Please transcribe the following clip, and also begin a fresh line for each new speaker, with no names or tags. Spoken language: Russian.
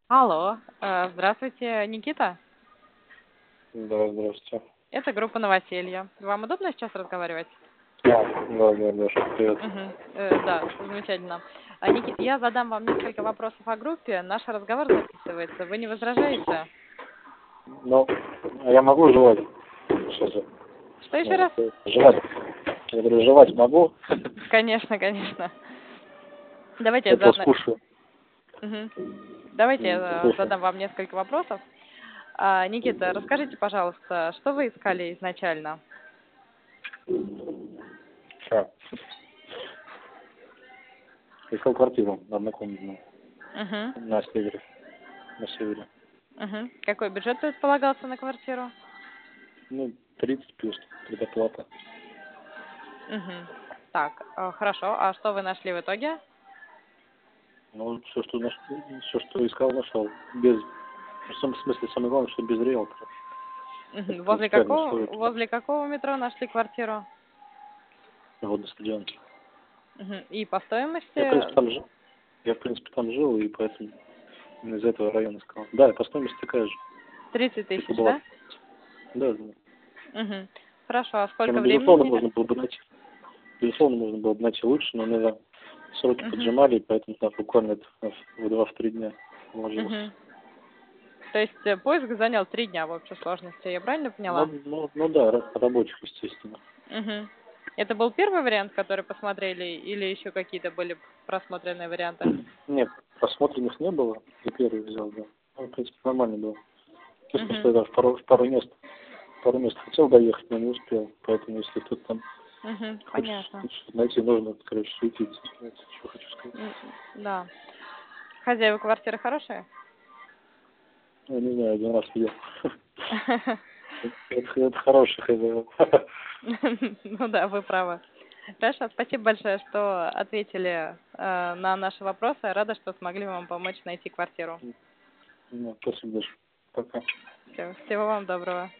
Алло, здравствуйте, Никита.
Да, здравствуйте.
Это группа «Новоселье». Вам удобно сейчас разговаривать?
Да, Даша, привет.
Да, замечательно. Никита, я задам вам несколько вопросов о группе. Наш разговор записывается. Вы не возражаете?
Ну, а я могу жевать? Сейчас же.
Что еще раз?
Жевать. Я говорю, жевать могу?
Конечно, конечно. Давайте я
Это скушаю.
Давайте я
Слушаю.
задам вам несколько вопросов. Никита, расскажите, пожалуйста, что вы искали изначально?
Что? Искал квартиру однокомнатную на севере. На севере.
Какой бюджет предполагался на квартиру?
Ну, 30 плюс предоплата.
Так, хорошо. А что вы нашли в итоге?
Ну, все, что искал, нашел. Без, в смысле, самое главное, что без риэлтора.
Возле какого метро нашли квартиру?
Водный стадион.
И по стоимости?
Я, в принципе, там жил, и поэтому из этого района искал. Да, и по стоимости такая же.
30 тысяч,
была.
да?
Да.
Хорошо, а сколько
Ну,
времени?
безусловно, можно было бы найти лучше, но, наверное, сроки поджимали, и поэтому там буквально в 2-3 дня вложилось.
То есть поиск занял 3 дня в общей сложности, я правильно поняла?
Ну да, рабочих, естественно.
Это был первый вариант, который посмотрели, или еще какие-то были просмотренные варианты?
Нет, просмотренных не было, я первый взял, да. Ну, в принципе, нормально было. То есть просто я в пару мест хотел доехать, но не успел, поэтому если кто-то там хочет что-то найти, нужно, короче, суетиться. Это что хочу сказать.
Да. Хозяева квартиры хорошие?
Я не знаю, один раз видел. Это хороший хозяин.
Ну да, вы правы. Хорошо, спасибо большое, что ответили на наши вопросы. Рада, что смогли вам помочь найти квартиру.
Спасибо большое. Пока.
Всего вам доброго.